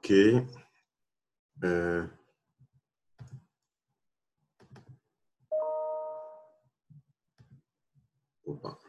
Ok. Opa.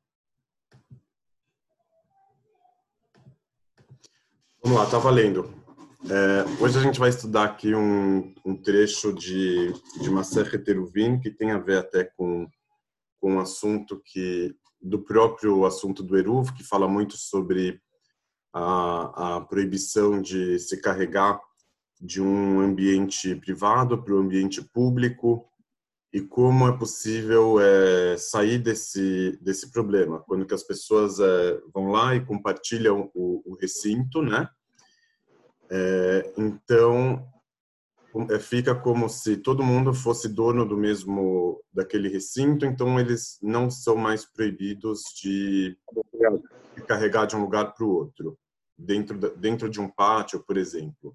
Vamos lá, tá valendo. Hoje a gente vai estudar aqui um trecho de Masechet Eruvin, que tem a ver até com um assunto do próprio assunto do Eruv, que fala muito sobre a proibição de se carregar de um ambiente privado para o ambiente público e como é possível sair desse problema, quando que as pessoas vão lá e compartilham o recinto, né? Então, fica como se todo mundo fosse dono daquele recinto, então eles não são mais proibidos de carregar de um lugar para o outro, dentro de um pátio, por exemplo.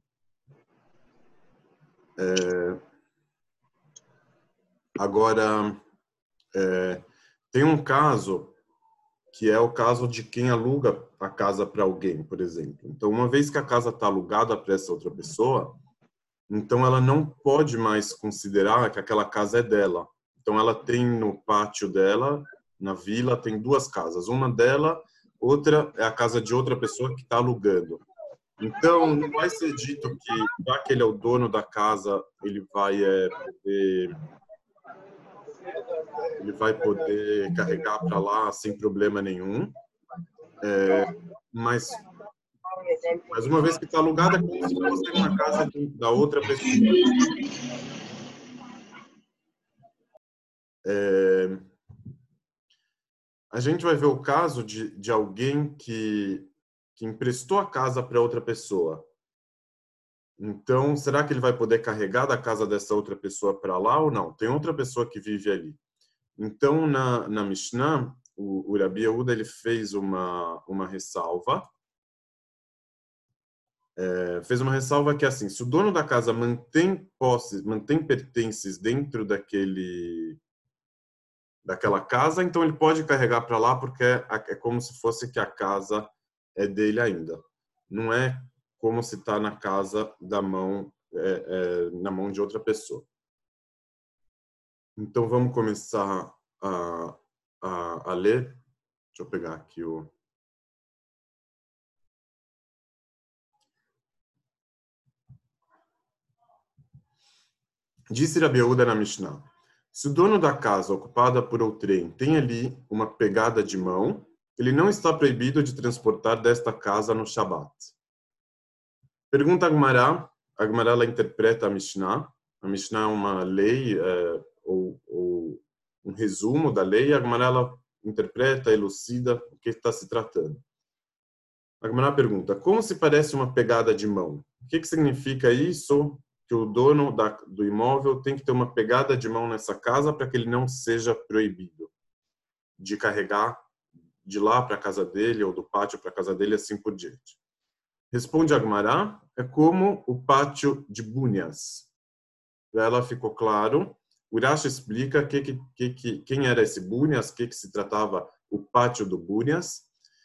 Agora, tem um caso que é o caso de quem aluga a casa para alguém, por exemplo. Então, uma vez que a casa está alugada para essa outra pessoa, então ela não pode mais considerar que aquela casa é dela. Então, ela tem no pátio dela, na vila, tem duas casas. Uma dela, outra é a casa de outra pessoa que está alugando. Então, não vai ser dito que, já que ele é o dono da casa, ele vai poder carregar para lá sem problema nenhum. Mas uma vez que está alugada, é como se fosse uma casa da outra pessoa. A gente vai ver o caso de alguém que emprestou a casa para outra pessoa. Então, será que ele vai poder carregar da casa dessa outra pessoa para lá ou não? Tem outra pessoa que vive ali. Então, na Mishnah, o Rabi Yehuda ele fez uma ressalva. Fez uma ressalva que assim, se o dono da casa mantém pertences dentro daquela casa, então ele pode carregar para lá porque é como se fosse que a casa é dele ainda. Não é como se está na casa na mão de outra pessoa. Então vamos começar a ler. Deixa eu pegar aqui o... Disse Rabi Yehuda na Mishnah: se o dono da casa ocupada por outrem tem ali uma pegada de mão, ele não está proibido de transportar desta casa no Shabat. Pergunta a Agmará ela interpreta a Mishnah. A Mishnah é uma lei ou um resumo da lei. A Agmará ela interpreta, elucida o que está se tratando. A Agmará pergunta: como se parece uma pegada de mão? O que significa isso? Que o dono do imóvel tem que ter uma pegada de mão nessa casa para que ele não seja proibido de carregar de lá para a casa dele ou do pátio para a casa dele, assim por diante. Responde Agmará, é como o pátio de Bunhas. Para ela ficou claro. Urashi explica quem era esse Bunhas, que se tratava o pátio do Bunhas.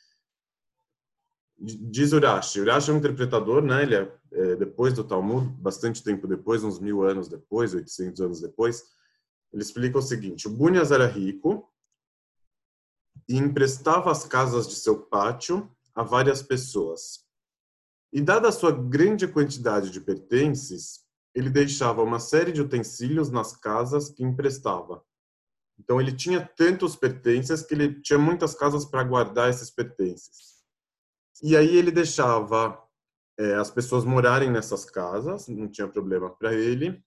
Diz Urashi é um interpretador, né? Ele é depois do Talmud, bastante tempo depois, uns 1000 anos depois, 800 anos depois. Ele explica o seguinte: o Bunhas era rico e emprestava as casas de seu pátio a várias pessoas. E dada a sua grande quantidade de pertences, ele deixava uma série de utensílios nas casas que emprestava. Então ele tinha tantos pertences que ele tinha muitas casas para guardar esses pertences. E aí ele deixava as pessoas morarem nessas casas, não tinha problema para ele,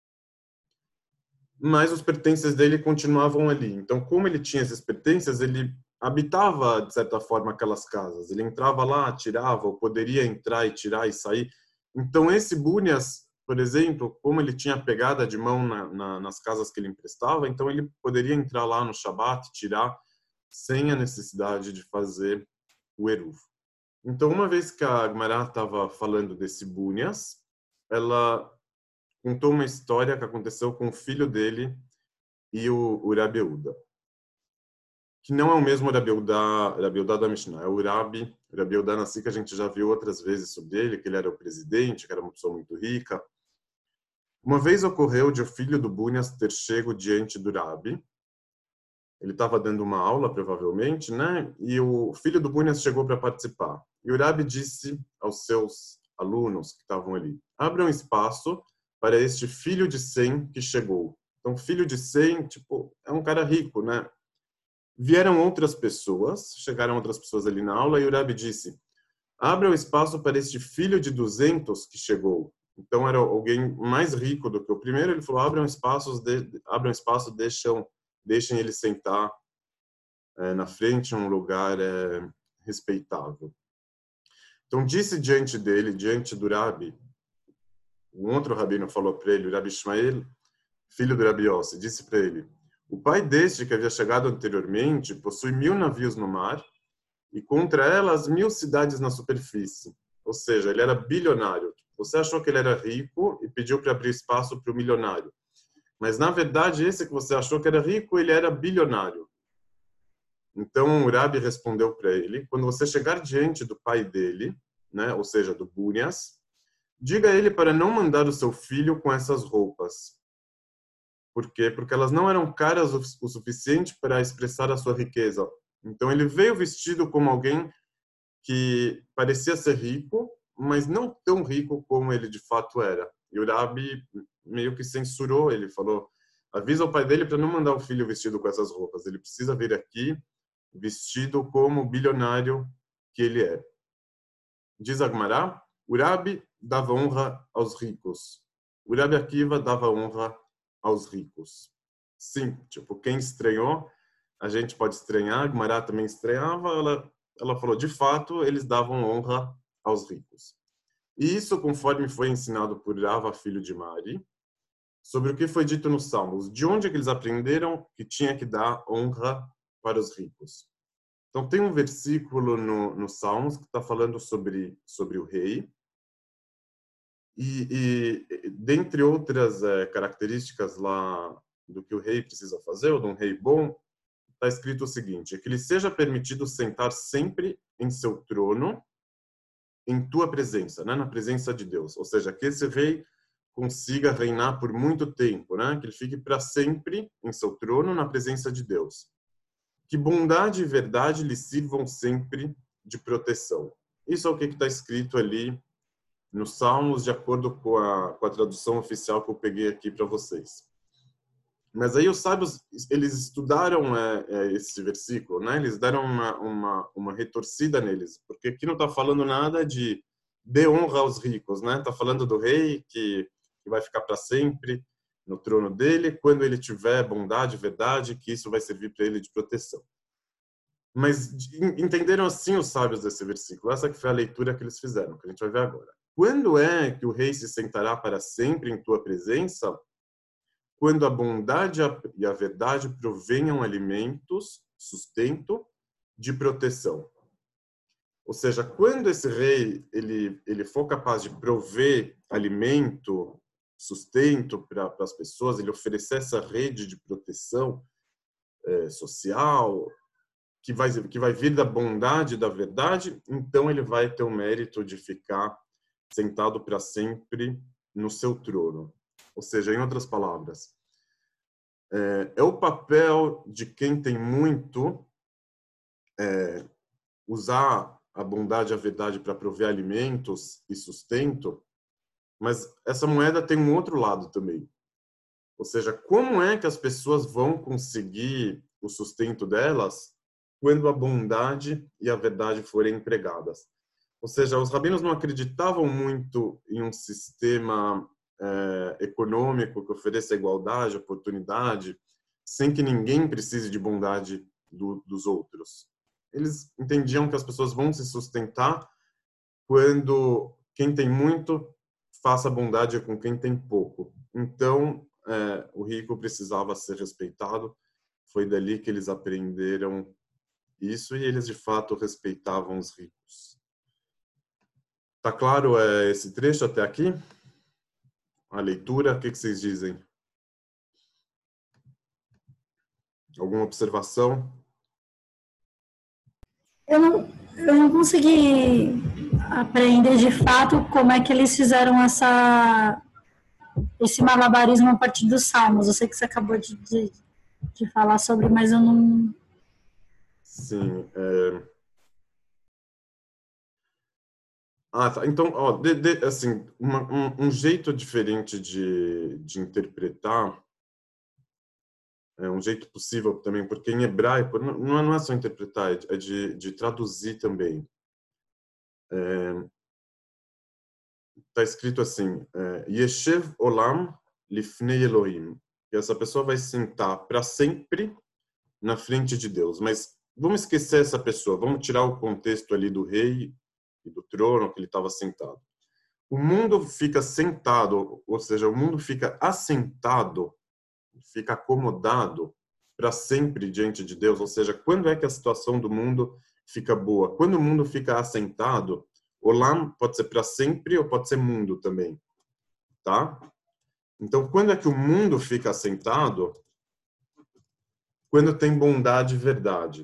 mas os pertences dele continuavam ali. Então, como ele tinha esses pertences, ele habitava, de certa forma, aquelas casas. Ele entrava lá, tirava, ou poderia entrar e tirar e sair. Então, esse Bunhas, por exemplo, como ele tinha pegada de mão nas casas que ele emprestava, então ele poderia entrar lá no Shabat, tirar, sem a necessidade de fazer o Eruv. Então, uma vez que a Agmará estava falando desse Bunhas, ela contou uma história que aconteceu com o filho dele e o Rabi Yehuda. que não é o mesmo Rabi Eudá da Mishnah, é o Rabi Eudá Nassi, que a gente já viu outras vezes sobre ele, que ele era o presidente, que era uma pessoa muito rica. Uma vez ocorreu de o filho do Bunias ter chego diante do Rabi. Ele estava dando uma aula, provavelmente, né? E o filho do Bunias chegou para participar. E o Rabi disse aos seus alunos que estavam ali: abram espaço para este filho de Sem que chegou. Então, filho de Sem, tipo, é um cara rico, né? Vieram outras pessoas, chegaram outras pessoas ali na aula, e o Rabi disse: abram espaço para este filho de 200 que chegou. Então, era alguém mais rico do que o primeiro. Ele falou: abram espaço, deixem ele sentar na frente, um lugar respeitável. Então, disse diante dele, diante do Rabi, um outro rabino falou para ele, o Rabi Ishmael, filho do Rabi Yossi, disse para ele: o pai deste que havia chegado anteriormente possui 1000 navios no mar e contra elas 1000 cidades na superfície. Ou seja, ele era bilionário. Você achou que ele era rico e pediu para abrir espaço para o milionário. Mas, na verdade, esse que você achou que era rico, ele era bilionário. Então, o Rabi respondeu para ele: quando você chegar diante do pai dele, né, ou seja, do Bunias, diga a ele para não mandar o seu filho com essas roupas. Por quê? Porque elas não eram caras o suficiente para expressar a sua riqueza. Então, ele veio vestido como alguém que parecia ser rico, mas não tão rico como ele de fato era. E o Rabi meio que censurou ele, falou: avisa o pai dele para não mandar o filho vestido com essas roupas. Ele precisa vir aqui vestido como bilionário que ele é. Diz Agmará, o Rabi dava honra aos ricos. O Rabi Akiva dava honra aos ricos. Sim, tipo, quem estranhou, a gente pode estranhar, Agmará também estranhava, ela falou, de fato, eles davam honra aos ricos. E isso conforme foi ensinado por Rava, filho de Mari, sobre o que foi dito nos Salmos, de onde é que eles aprenderam que tinha que dar honra para os ricos. Então, tem um versículo no Salmos que está falando sobre o rei. E dentre outras características lá do que o rei precisa fazer, ou de um rei bom, está escrito o seguinte: que lhe seja permitido sentar sempre em seu trono, em tua presença, né? Na presença de Deus. Ou seja, que esse rei consiga reinar por muito tempo, né? Que ele fique para sempre em seu trono, na presença de Deus. Que bondade e verdade lhe sirvam sempre de proteção. Isso é o que está escrito ali nos Salmos, de acordo com a tradução oficial que eu peguei aqui para vocês. Mas aí os sábios, eles estudaram esse versículo, né? Eles deram uma retorcida neles, porque aqui não está falando nada de dê honra aos ricos, né? Está falando do rei que vai ficar para sempre no trono dele, quando ele tiver bondade, verdade, que isso vai servir para ele de proteção. Mas entenderam assim os sábios desse versículo. Essa que foi a leitura que eles fizeram, que a gente vai ver agora. Quando é que o rei se sentará para sempre em tua presença? Quando a bondade e a verdade provenham alimentos, sustento, de proteção. Ou seja, quando esse rei ele for capaz de prover alimento, sustento para as pessoas, ele oferecer essa rede de proteção social, que vai vir da bondade e da verdade, então ele vai ter o mérito de ficar sentado para sempre no seu trono. Ou seja, em outras palavras, é o papel de quem tem muito usar a bondade e a verdade para prover alimentos e sustento, mas essa moeda tem um outro lado também. Ou seja, como é que as pessoas vão conseguir o sustento delas quando a bondade e a verdade forem empregadas? Ou seja, os rabinos não acreditavam muito em um sistema econômico que ofereça igualdade, oportunidade, sem que ninguém precise de bondade dos outros. Eles entendiam que as pessoas vão se sustentar quando quem tem muito faça bondade com quem tem pouco. Então, o rico precisava ser respeitado. Foi dali que eles aprenderam isso e eles de fato respeitavam os ricos. Tá claro esse trecho até aqui? A leitura, o que vocês dizem? Alguma observação? Eu não consegui aprender de fato como é que eles fizeram esse malabarismo a partir dos salmos. Eu sei que você acabou de falar sobre, mas eu não. Sim. Tá. Então, ó, assim, um jeito diferente de interpretar, um jeito possível também, porque em hebraico não é só interpretar, é de traduzir também. Está escrito assim, Yeshev Olam Lifnei Elohim, que essa pessoa vai sentar para sempre na frente de Deus. Mas vamos esquecer essa pessoa, vamos tirar o contexto ali do rei e do trono que ele estava sentado. O mundo fica sentado, ou seja, o mundo fica assentado, fica acomodado para sempre diante de Deus. Ou seja, quando é que a situação do mundo fica boa? Quando o mundo fica assentado, Olam pode ser para sempre ou pode ser mundo também, tá? Então, quando é que o mundo fica assentado? Quando tem bondade e verdade.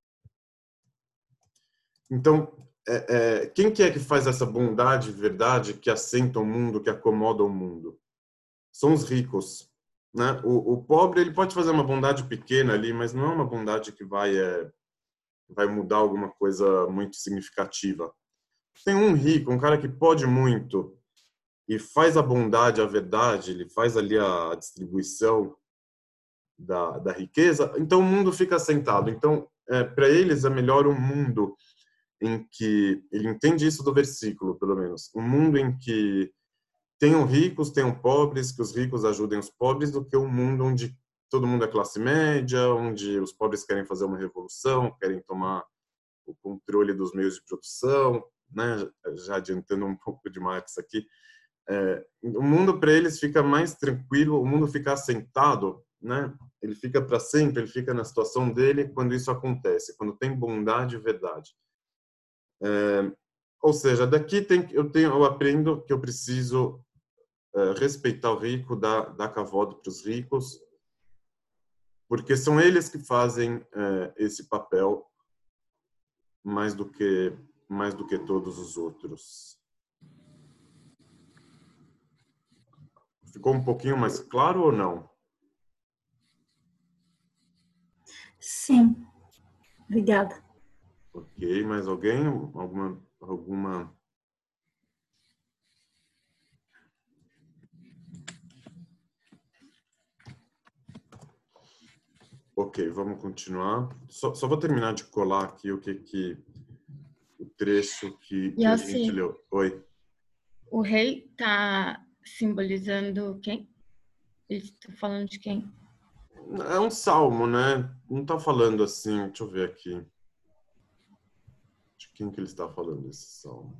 Então, quem que é que faz essa bondade e verdade que assenta o mundo, que acomoda o mundo? São os ricos, né? O pobre, ele pode fazer uma bondade pequena ali, mas não é uma bondade que vai mudar alguma coisa muito significativa. Tem um rico, um cara que pode muito e faz a bondade, a verdade, ele faz ali a distribuição da riqueza, então o mundo fica assentado. Então, para eles é melhor um mundo em que ele entende isso do versículo, pelo menos, um mundo em que tenham ricos, tenham pobres, que os ricos ajudem os pobres, do que um mundo onde todo mundo é classe média, onde os pobres querem fazer uma revolução, querem tomar o controle dos meios de produção, né? Já adiantando um pouco de Marx aqui. O mundo para eles fica mais tranquilo, o mundo fica assentado, né? Ele fica para sempre, ele fica na situação dele quando isso acontece, quando tem bondade e verdade. Ou seja, daqui eu aprendo que eu preciso respeitar o rico, dar cavalo para os ricos, porque são eles que fazem esse papel mais do que todos os outros. Ficou um pouquinho mais claro ou não? Sim, obrigada. Ok, mais alguém? Alguma... Ok, vamos continuar. Só vou terminar de colar aqui o trecho que a gente Yossi, leu. Oi. o rei está simbolizando quem? Ele está falando de quem? É um salmo, né? Não está falando assim, deixa eu ver aqui. De quem que ele está falando esse salmo?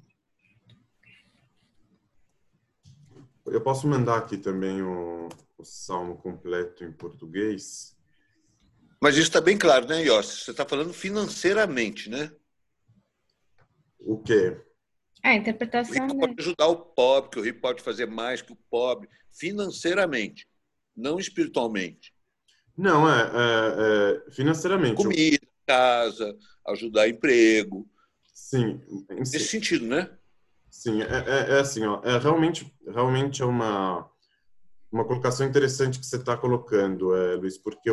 Eu posso mandar aqui também o salmo completo em português. Mas isso está bem claro, né, Yossi? Você está falando financeiramente, né? O quê? A O interpretação, rico né? pode ajudar o pobre, que o rico pode fazer mais que o pobre, financeiramente, não espiritualmente. Não, financeiramente. Comida, casa, ajudar emprego. Sim, Nesse sentido, né? sim, assim, ó, realmente é uma colocação interessante que você está colocando, Luiz, porque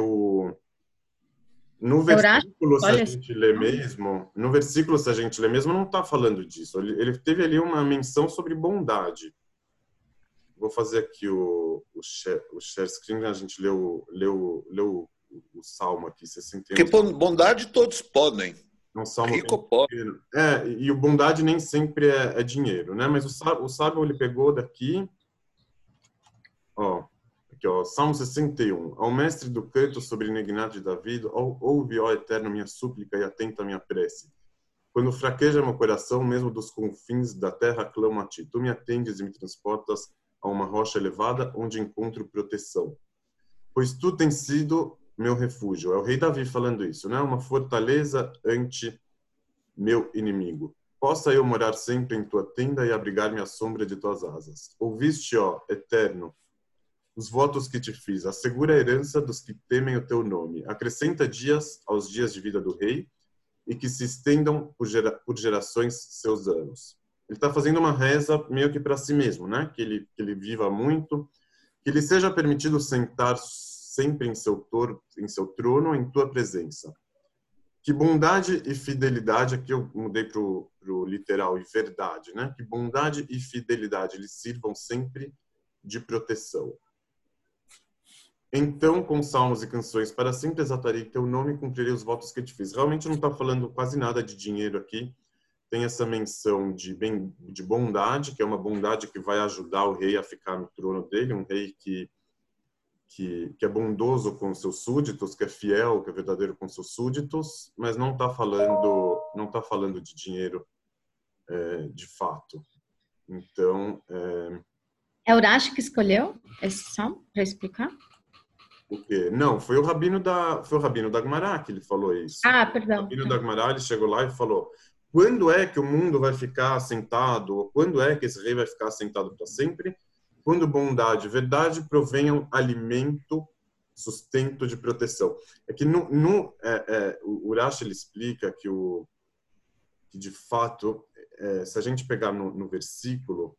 no versículo, se a Olha, gente lê mesmo, não está falando disso. Ele teve ali uma menção sobre bondade. Vou fazer aqui o share screen, a gente leu o salmo aqui, 61. Porque bondade todos podem. É um salmo Rico bem ou pobre. pequeno. E o bondade nem sempre é dinheiro, né? Mas o sábio ele pegou daqui, ó, aqui, ó, Salmo 61. Ao mestre do canto sobre o indignado de Davi, ouve, ó Eterno, minha súplica e atenta a minha prece. Quando fraqueja meu coração, mesmo dos confins da terra, clamo a ti. Tu me atendes e me transportas a uma rocha elevada, onde encontro proteção. Pois tu tens sido meu refúgio. É o rei Davi falando isso, né? Uma fortaleza ante meu inimigo. Possa eu morar sempre em tua tenda e abrigar-me à sombra de tuas asas. Ouviste, ó Eterno, os votos que te fiz. Assegura a herança dos que temem o teu nome. Acrescenta dias aos dias de vida do rei e que se estendam por gerações seus anos. Ele está fazendo uma reza meio que para si mesmo, né? Que ele viva muito, que lhe seja permitido sentar sempre em seu trono, em tua presença. Que bondade e fidelidade, aqui eu mudei para o literal, e verdade, né? Que bondade e fidelidade lhe sirvam sempre de proteção. Então, com salmos e canções, para sempre exaltarei teu nome e cumprirei os votos que te fiz. Realmente não está falando quase nada de dinheiro aqui. Tem essa menção de bondade, que é uma bondade que vai ajudar o rei a ficar no trono dele, um rei que é bondoso com seus súditos, que é fiel, que é verdadeiro com seus súditos, mas não está falando de dinheiro de fato. Então, É Urashi que escolheu esse salmo para explicar? o quê? Não, foi o rabino da Gemara que ele falou isso. Ah, perdão. O rabino da Gemara, ele chegou lá e falou: quando é que o mundo vai ficar assentado? Ou quando é que esse rei vai ficar assentado para sempre? Quando bondade e verdade provenham alimento, sustento de proteção. É que o Urashi, ele explica que de fato, se a gente pegar no versículo,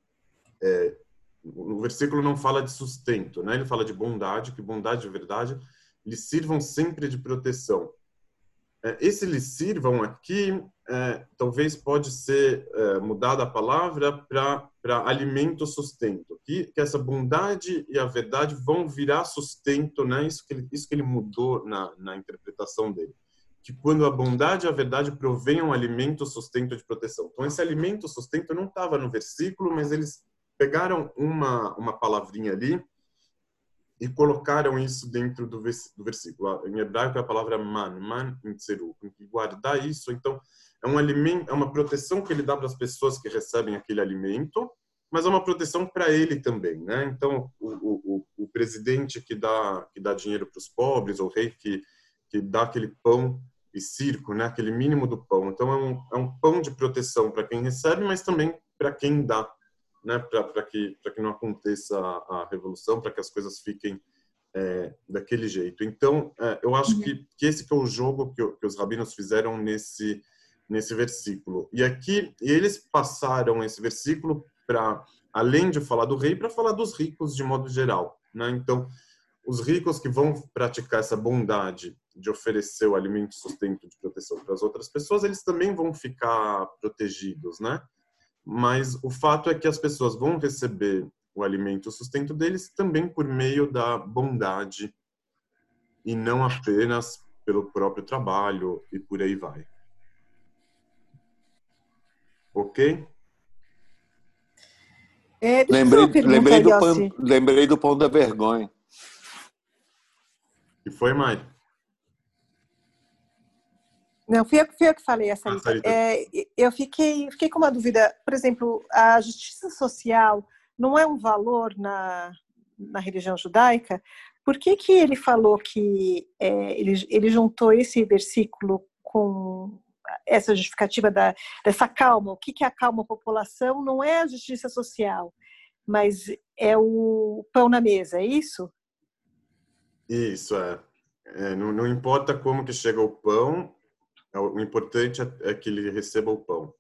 o versículo não fala de sustento, né? Ele fala de bondade, que bondade e verdade lhe sirvam sempre de proteção. Esse lhe sirvam aqui, talvez pode ser mudada a palavra para alimento, sustento. Que essa bondade e a verdade vão virar sustento, né? Isso que ele mudou na interpretação dele. Que quando a bondade e a verdade provenham alimento, sustento de proteção. Então, esse alimento, sustento não estava no versículo, mas eles pegaram uma palavrinha ali e colocaram isso dentro do versículo. Em hebraico é a palavra man em tzeru. Guardar isso, então, é um alimento, é uma proteção que ele dá para as pessoas que recebem aquele alimento, mas é uma proteção para ele também, né? Então, o presidente que dá dinheiro para os pobres, ou o rei que dá aquele pão e circo, né? Aquele mínimo do pão. Então, é um pão de proteção para quem recebe, mas também para quem dá, né, para que não aconteça a revolução, para que as coisas fiquem daquele jeito. Então, eu acho que esse que é o jogo que os rabinos fizeram nesse versículo. E eles passaram esse versículo para, além de falar do rei, para falar dos ricos de modo geral, né? Então, os ricos que vão praticar essa bondade de oferecer o alimento, sustento de proteção para as outras pessoas, eles também vão ficar protegidos, né? Mas o fato é que as pessoas vão receber o alimento, o sustento deles também por meio da bondade e não apenas pelo próprio trabalho e por aí vai. Ok? Lembrei do pão da vergonha. E foi, Mari? Não, fui eu que falei essa. Eu fiquei com uma dúvida. Por exemplo, a justiça social não é um valor na religião judaica? Por que ele falou que ele juntou esse versículo com essa justificativa dessa calma? O que acalma a população não é a justiça social, mas é o pão na mesa, é isso? Isso, não importa como que chega o pão, o importante é que ele receba o pão.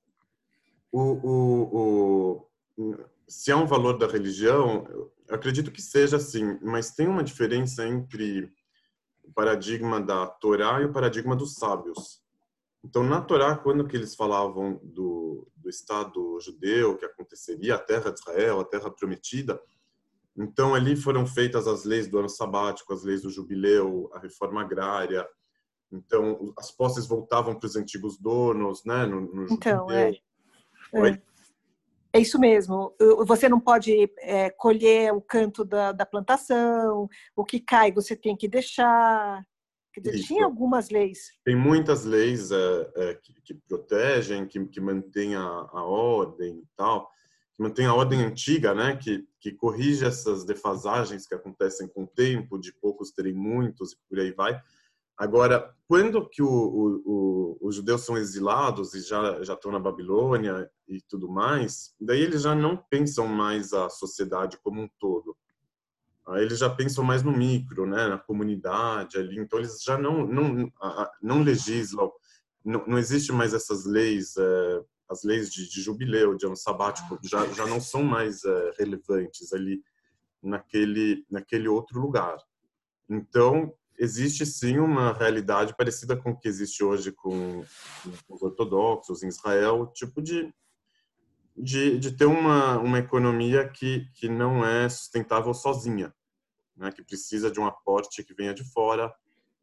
Se há um valor da religião, eu acredito que seja assim, mas tem uma diferença entre o paradigma da Torá e o paradigma dos sábios. Então, na Torá, quando que eles falavam do Estado judeu, que aconteceria, a terra de Israel, a terra prometida, então ali foram feitas as leis do ano sabático, as leis do jubileu, a reforma agrária. Então, as posses voltavam para os antigos donos, né? No então, Oi? É isso mesmo. Você não pode colher o canto da plantação, o que cai você tem que deixar. Quer dizer, tinha algumas leis. Tem muitas leis que protegem, que mantêm a ordem e tal, que mantém a ordem antiga, né? Que corrige essas defasagens que acontecem com o tempo, de poucos terem muitos e por aí vai. Agora, quando que os judeus são exilados e já estão na Babilônia e tudo mais, daí eles já não pensam mais a sociedade como um todo. Aí eles já pensam mais no micro, né, na comunidade ali. Então eles já não legislam não existe mais essas leis, as leis de jubileu, de ano sabático, já não são mais relevantes ali naquele outro lugar. Então, existe sim uma realidade parecida com o que existe hoje com os ortodoxos em Israel, tipo de ter uma economia que não é sustentável sozinha, né? Que precisa de um aporte que venha de fora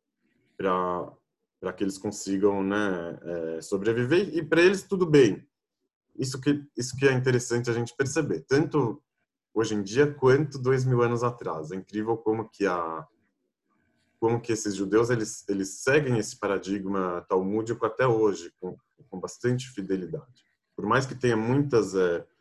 para que eles consigam, né, sobreviver, e para eles tudo bem. Isso que é interessante a gente perceber, tanto hoje em dia quanto 2000 anos atrás. É incrível como que esses judeus eles seguem esse paradigma talmúdico até hoje com bastante fidelidade. Por mais que tenha muitas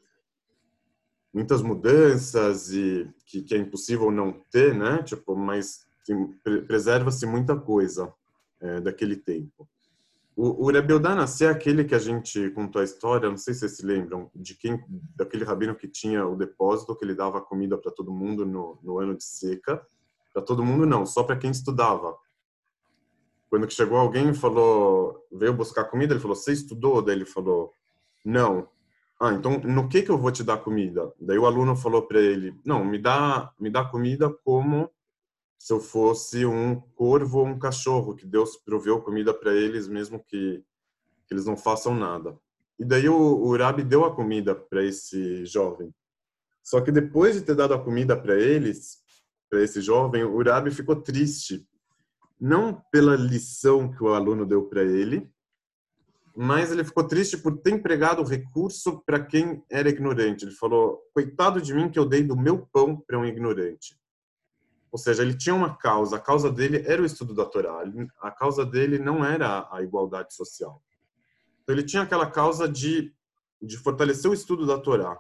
mudanças e que é impossível não ter, né? Tipo, mas preserva-se muita coisa daquele tempo. O Rebbe Yehudá é aquele que a gente contou a história, não sei se vocês se lembram, daquele rabino que tinha o depósito, que ele dava comida para todo mundo no ano de seca. Para todo mundo não, só para quem estudava. Quando que chegou alguém e falou, veio buscar comida, ele falou, você estudou? Daí ele falou, não. Ah, então no que eu vou te dar comida? Daí o aluno falou para ele, não, me dá comida como se eu fosse um corvo ou um cachorro, que Deus proveu comida para eles, mesmo que eles não façam nada. E daí o Rabi deu a comida para esse jovem. Só que depois de ter dado a comida para esse jovem, o Rabi ficou triste. Não pela lição que o aluno deu para ele, mas ele ficou triste por ter empregado o recurso para quem era ignorante. Ele falou, coitado de mim que eu dei do meu pão para um ignorante. Ou seja, ele tinha uma causa, a causa dele era o estudo da Torá, a causa dele não era a igualdade social. Então ele tinha aquela causa de fortalecer o estudo da Torá.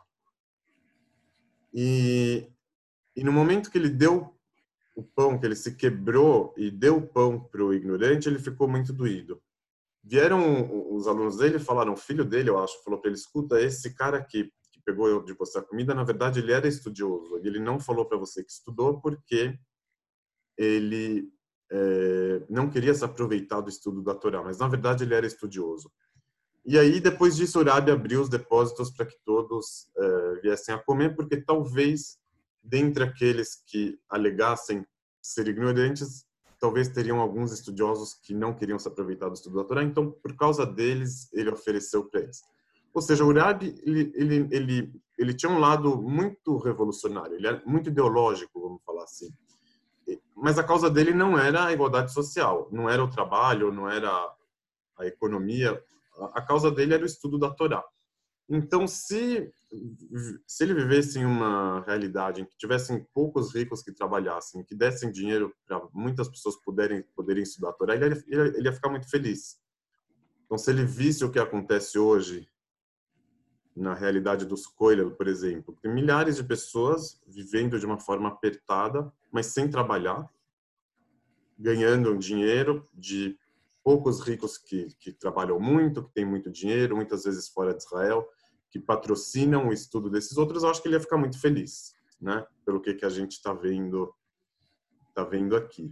E no momento que ele deu o pão, que ele se quebrou e deu o pão para o ignorante, ele ficou muito doído. Vieram os alunos dele e falaram, o filho dele, eu acho, falou para ele, escuta, esse cara aqui que pegou de você a comida, na verdade ele era estudioso. Ele não falou para você que estudou porque ele não queria se aproveitar do estudo da Torá, mas na verdade ele era estudioso. E aí, depois disso, o Rabi abriu os depósitos para que todos viessem a comer, porque talvez, dentre aqueles que alegassem ser ignorantes, talvez teriam alguns estudiosos que não queriam se aproveitar do estudo da Torá, então, por causa deles, ele ofereceu para eles. Ou seja, o Rabi, ele tinha um lado muito revolucionário, ele era muito ideológico, vamos falar assim. Mas a causa dele não era a igualdade social, não era o trabalho, não era a economia. A causa dele era o estudo da Torá. Então, se ele vivesse em uma realidade em que tivessem poucos ricos que trabalhassem, que dessem dinheiro para muitas pessoas poderem estudar a Torá, ele ia ficar muito feliz. Então, se ele visse o que acontece hoje na realidade dos Koilel, por exemplo, tem milhares de pessoas vivendo de uma forma apertada, mas sem trabalhar, ganhando dinheiro de poucos ricos que trabalham muito, que têm muito dinheiro, muitas vezes fora de Israel, que patrocinam o estudo desses outros. Eu acho que ele ia ficar muito feliz, né? Pelo que a gente está vendo aqui.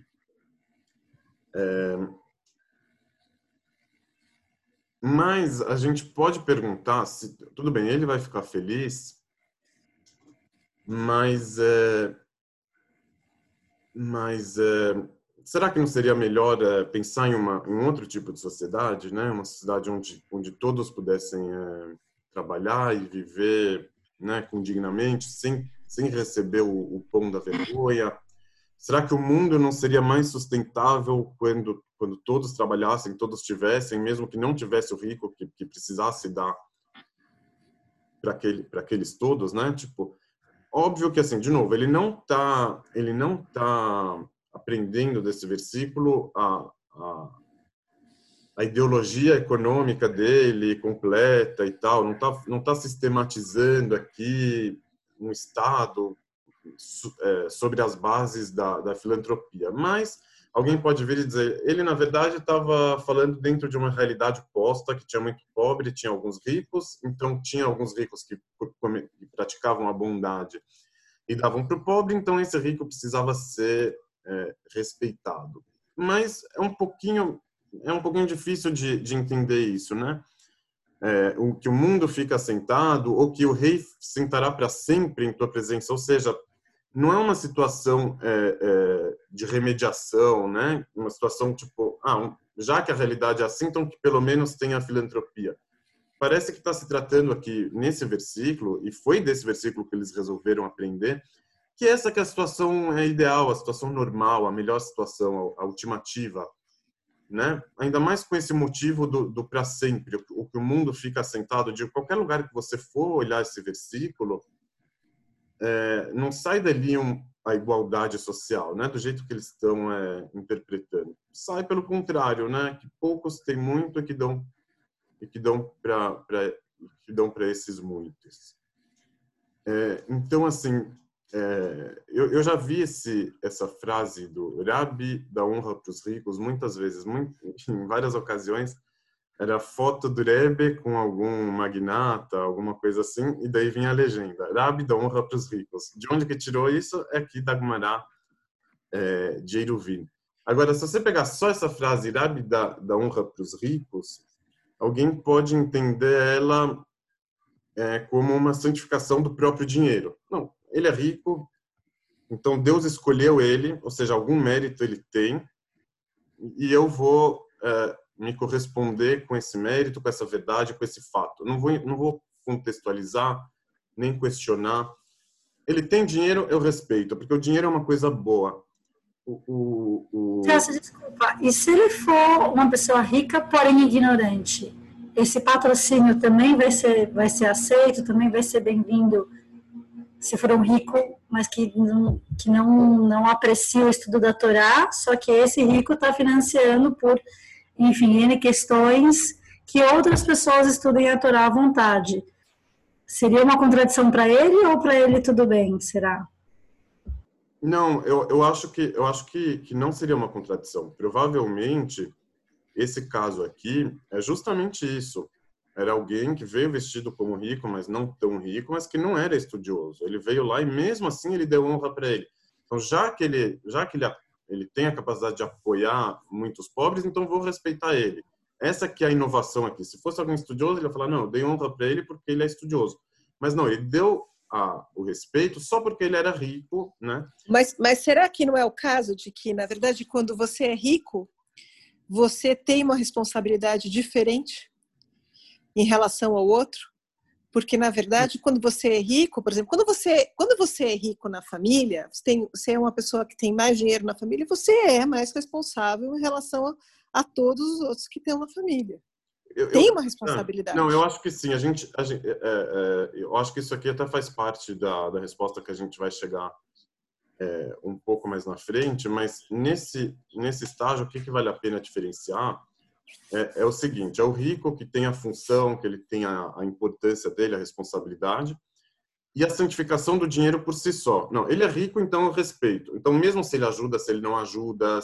Mas a gente pode perguntar se, tudo bem, ele vai ficar feliz, mas será que não seria melhor pensar em um outro tipo de sociedade, né? Uma sociedade onde todos pudessem trabalhar e viver, né, com dignamente, sem receber o pão da vergonha? Será que o mundo não seria mais sustentável quando todos trabalhassem, todos tivessem, mesmo que não tivesse o rico que precisasse dar para aqueles todos, né? Tipo, óbvio que, assim, de novo, ele não tá aprendendo desse versículo a ideologia econômica dele completa e tal, não tá sistematizando aqui um Estado sobre as bases da filantropia, mas alguém pode vir e dizer, ele na verdade estava falando dentro de uma realidade posta, que tinha muito pobre, tinha alguns ricos, então tinha alguns ricos que praticavam a bondade e davam para o pobre, então esse rico precisava ser respeitado. Mas é um pouquinho é um pouquinho difícil de entender isso, né? Que o mundo fica assentado ou que o rei sentará para sempre em tua presença, ou seja, não é uma situação de remediação, né? Uma situação tipo, já que a realidade é assim, então que pelo menos tenha filantropia. Parece que está se tratando aqui nesse versículo, e foi desse versículo que eles resolveram aprender, que essa que é a situação ideal, a situação normal, a melhor situação, a ultimativa, né? Ainda mais com esse motivo do para sempre, o que o mundo fica assentado, de qualquer lugar que você for olhar esse versículo, não sai dali a igualdade social, né? Do jeito que eles estão interpretando. Sai pelo contrário, né? Que poucos têm muito e que dão para esses muitos. Então, assim, eu já vi essa frase do Rabi da honra para os ricos muitas vezes, em várias ocasiões. Era a foto do Rebbe com algum magnata, alguma coisa assim, e daí vinha a legenda, Rabi da honra para os ricos. De onde que tirou isso? É aqui da Gemara de Eruvin. Agora, se você pegar só essa frase, Rabi da honra para os ricos, alguém pode entender ela como uma santificação do próprio dinheiro. Não, ele é rico, então Deus escolheu ele, ou seja, algum mérito ele tem, e eu vou me corresponder com esse mérito, com essa verdade, com esse fato. Não vou contextualizar, nem questionar. Ele tem dinheiro, eu respeito, porque o dinheiro é uma coisa boa. Desculpa, e se ele for uma pessoa rica, porém ignorante, esse patrocínio também vai ser aceito, também vai ser bem-vindo, se for um rico, mas que não aprecia o estudo da Torá, só que esse rico está financiando por, enfim, N questões que outras pessoas estudem a Torá à vontade. Seria uma contradição para ele ou para ele tudo bem, será? Não, eu acho que não seria uma contradição. Provavelmente, esse caso aqui é justamente isso. Era alguém que veio vestido como rico, mas não tão rico, mas que não era estudioso. Ele veio lá e mesmo assim ele deu honra para ele. Então, já que ele tem a capacidade de apoiar muitos pobres, então vou respeitar ele. Essa que é a inovação aqui. Se fosse alguém estudioso, ele ia falar, não, eu dei honra para ele porque ele é estudioso. Mas não, ele deu o respeito só porque ele era rico, né? Mas será que não é o caso de que, na verdade, quando você é rico, você tem uma responsabilidade diferente em relação ao outro? Porque, na verdade, quando você é rico, por exemplo, quando você é rico na família, você é uma pessoa que tem mais dinheiro na família, você é mais responsável em relação a todos os outros que têm uma família. Tem uma responsabilidade. Não, eu acho que sim. Eu acho que isso aqui até faz parte da resposta que a gente vai chegar um pouco mais na frente, mas nesse estágio, o que vale a pena diferenciar é o seguinte: é o rico que tem a função, que ele tem a importância dele, a responsabilidade, e a santificação do dinheiro por si só. Não, ele é rico, então eu respeito. Então, mesmo se ele ajuda, se ele não ajuda,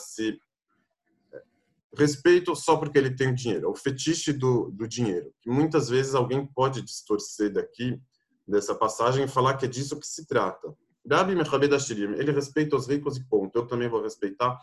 respeito só porque ele tem dinheiro. É o fetiche do dinheiro, que muitas vezes alguém pode distorcer dessa passagem e falar que é disso que se trata. Rabi Mechabed Ashirim, ele respeita os ricos e ponto. Eu também vou respeitar.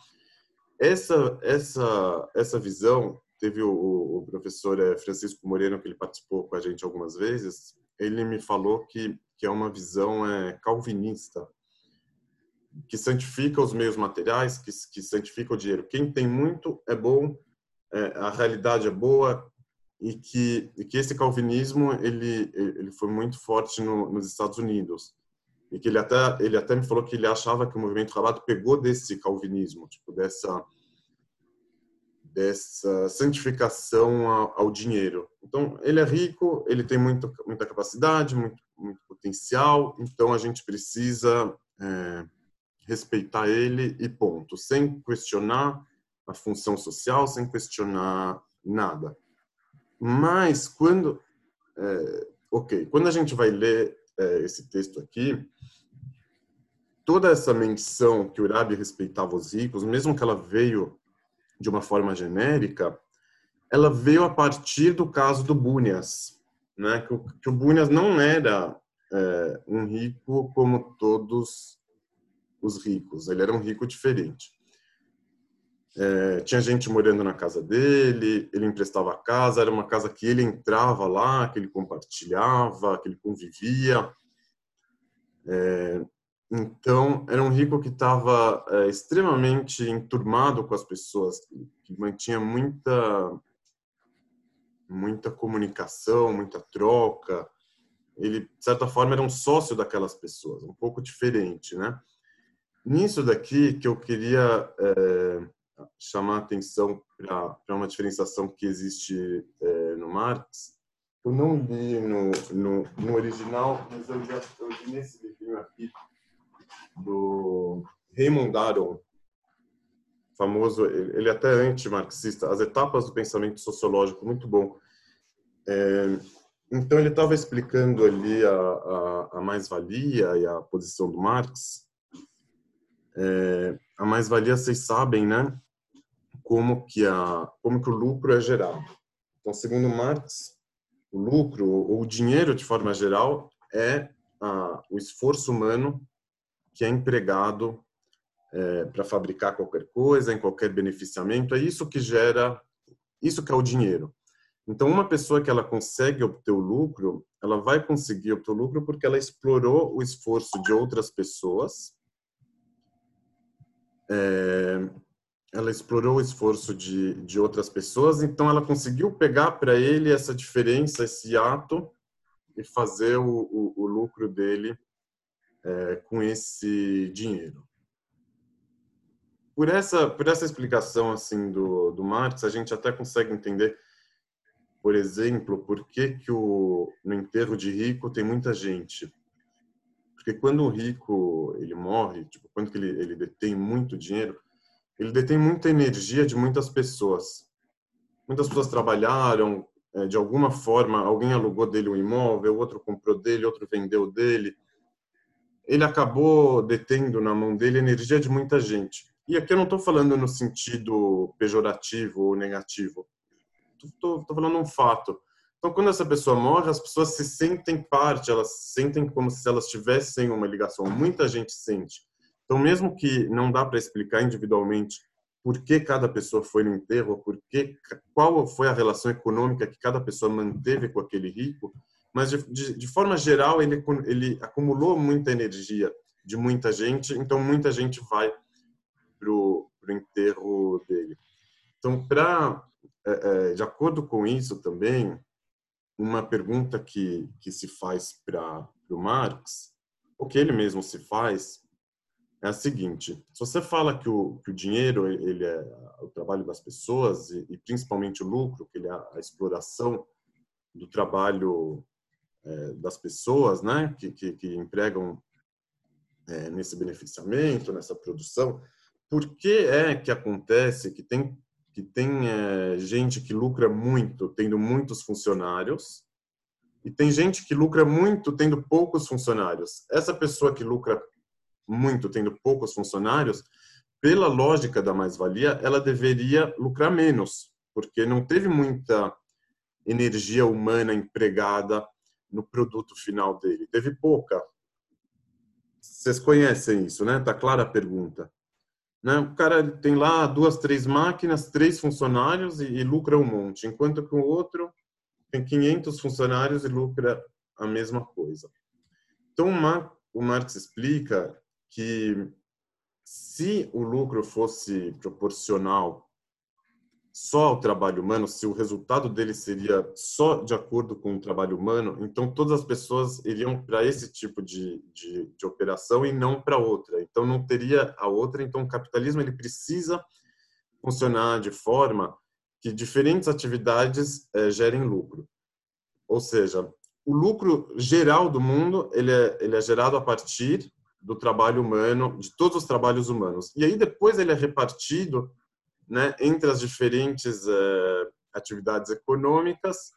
Essa visão, teve o professor Francisco Moreno, que ele participou com a gente algumas vezes, ele me falou que é uma visão calvinista, que santifica os meios materiais, que santifica o dinheiro. Quem tem muito é bom, a realidade é boa, e que esse calvinismo ele foi muito forte nos Estados Unidos, e que ele até me falou que ele achava que o movimento Chabad pegou desse calvinismo, tipo dessa santificação ao dinheiro. Então, ele é rico, ele tem muita capacidade, muito potencial, então a gente precisa respeitar ele e ponto, sem questionar a função social, sem questionar nada. Mas quando a gente vai ler esse texto aqui, toda essa menção que o Rabi respeitava os ricos, mesmo que ela veio de uma forma genérica, ela veio a partir do caso do Bunias, né? Que o Bunias não era um rico como todos os ricos, ele era um rico diferente. Tinha gente morando na casa dele, ele emprestava a casa, era uma casa que ele entrava lá, que ele compartilhava, que ele convivia. Então, era um rico que estava extremamente enturmado com as pessoas, que mantinha muita comunicação, muita troca. Ele, de certa forma, era um sócio daquelas pessoas, um pouco diferente, né? Nisso daqui que eu queria chamar a atenção para uma diferenciação que existe no Marx. Eu não li no original, mas eu li nesse livrinho aqui do Raymond Aron, famoso, ele é até anti-marxista, As Etapas do Pensamento Sociológico, muito bom. Então, ele estava explicando ali a mais-valia e a posição do Marx. A mais-valia, vocês sabem, né? Como que o lucro é gerado. Então, segundo Marx, o lucro, ou o dinheiro de forma geral, é o esforço humano que é empregado para fabricar qualquer coisa, em qualquer beneficiamento. É isso que gera, isso que é o dinheiro. Então, uma pessoa que ela consegue obter o lucro, ela vai conseguir obter o lucro porque ela explorou o esforço de outras pessoas. Ela explorou o esforço de outras pessoas, então ela conseguiu pegar para ele essa diferença, esse ato, e fazer o lucro dele com esse dinheiro. Por essa explicação assim do Marx, a gente até consegue entender, por exemplo, por que no enterro de rico tem muita gente. Porque quando o rico ele morre, tipo, quando ele detém muito dinheiro, ele detém muita energia de muitas pessoas. Muitas pessoas trabalharam, de alguma forma, alguém alugou dele um imóvel, outro comprou dele, outro vendeu dele. Ele acabou detendo na mão dele a energia de muita gente. E aqui eu não estou falando no sentido pejorativo ou negativo. Estou falando um fato. Então, quando essa pessoa morre, as pessoas se sentem parte, elas se sentem como se elas tivessem uma ligação. Muita gente sente. Então, mesmo que não dá para explicar individualmente por que cada pessoa foi no enterro, qual foi a relação econômica que cada pessoa manteve com aquele rico, mas de forma geral ele acumulou muita energia de muita gente, então muita gente vai pro enterro dele. Então, de acordo com isso também, uma pergunta que se faz para o Marx, o que ele mesmo se faz, é a seguinte: se você fala que o dinheiro ele é o trabalho das pessoas e principalmente o lucro, que ele é a exploração do trabalho das pessoas, né, que empregam nesse beneficiamento, nessa produção, por que é que acontece que tem gente que lucra muito tendo muitos funcionários e tem gente que lucra muito tendo poucos funcionários? Essa pessoa que lucra muito tendo poucos funcionários, pela lógica da mais-valia, ela deveria lucrar menos, porque não teve muita energia humana empregada no produto final dele. Teve pouca. Vocês conhecem isso, né? Tá clara a pergunta. Né? O cara tem lá 2, 3 máquinas, 3 funcionários e lucra um monte, enquanto que o outro tem 500 funcionários e lucra a mesma coisa. Então, o Marx explica que se o lucro fosse proporcional só ao trabalho humano, se o resultado dele seria só de acordo com o trabalho humano, então todas as pessoas iriam para esse tipo de operação e não para outra. Então não teria a outra. Então o capitalismo ele precisa funcionar de forma que diferentes atividades gerem lucro. Ou seja, o lucro geral do mundo ele é gerado a partir do trabalho humano, de todos os trabalhos humanos. E aí depois ele é repartido, né, entre as diferentes atividades econômicas,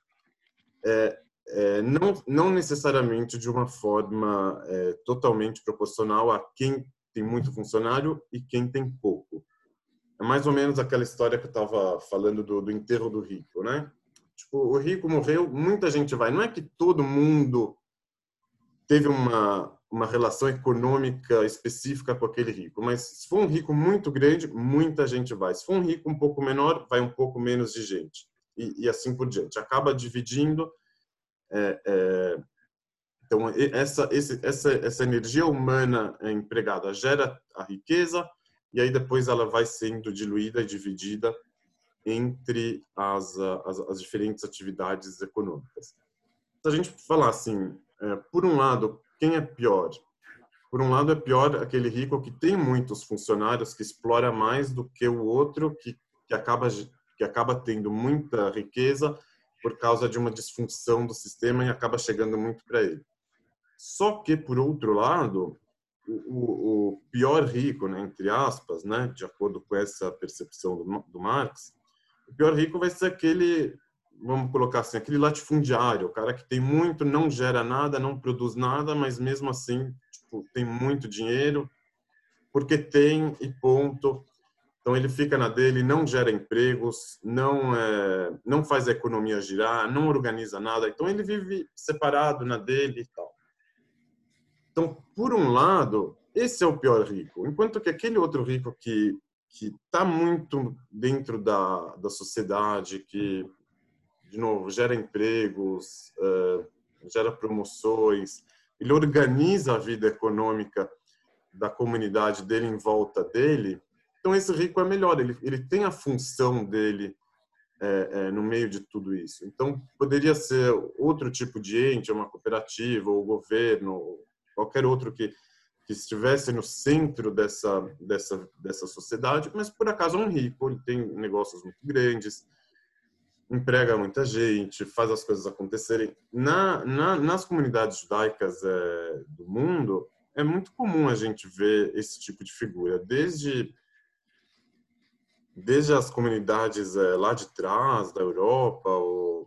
não necessariamente de uma forma totalmente proporcional a quem tem muito funcionário e quem tem pouco. É mais ou menos aquela história que eu estava falando do enterro do rico, né? Tipo, o rico morreu, muita gente vai. Não é que todo mundo teve uma uma relação econômica específica com aquele rico. Mas se for um rico muito grande, muita gente vai. Se for um rico um pouco menor, vai um pouco menos de gente. E assim por diante. Acaba dividindo. Então, essa energia humana empregada gera a riqueza e aí depois ela vai sendo diluída e dividida entre as diferentes atividades econômicas. Se a gente falar assim, por um lado, quem é pior? Por um lado, é pior aquele rico que tem muitos funcionários, que explora mais do que o outro, que acaba tendo muita riqueza por causa de uma disfunção do sistema e acaba chegando muito para ele. Só que, por outro lado, o pior rico, né, entre aspas, né, de acordo com essa percepção do Marx, o pior rico vai ser aquele, vamos colocar assim, aquele latifundiário, o cara que tem muito, não gera nada, não produz nada, mas mesmo assim tipo, tem muito dinheiro, porque tem e ponto. Então ele fica na dele, não gera empregos, não faz a economia girar, não organiza nada. Então ele vive separado na dele e tal. Então, por um lado, esse é o pior rico. Enquanto que aquele outro rico que está muito dentro da sociedade, que, de novo, gera empregos, gera promoções, ele organiza a vida econômica da comunidade dele em volta dele, então esse rico é melhor, ele tem a função dele no meio de tudo isso. Então, poderia ser outro tipo de ente, uma cooperativa, ou governo, qualquer outro que estivesse no centro dessa sociedade, mas por acaso é um rico, ele tem negócios muito grandes, emprega muita gente, faz as coisas acontecerem. Nas comunidades judaicas do mundo, é muito comum a gente ver esse tipo de figura, desde as comunidades lá de trás, da Europa, ou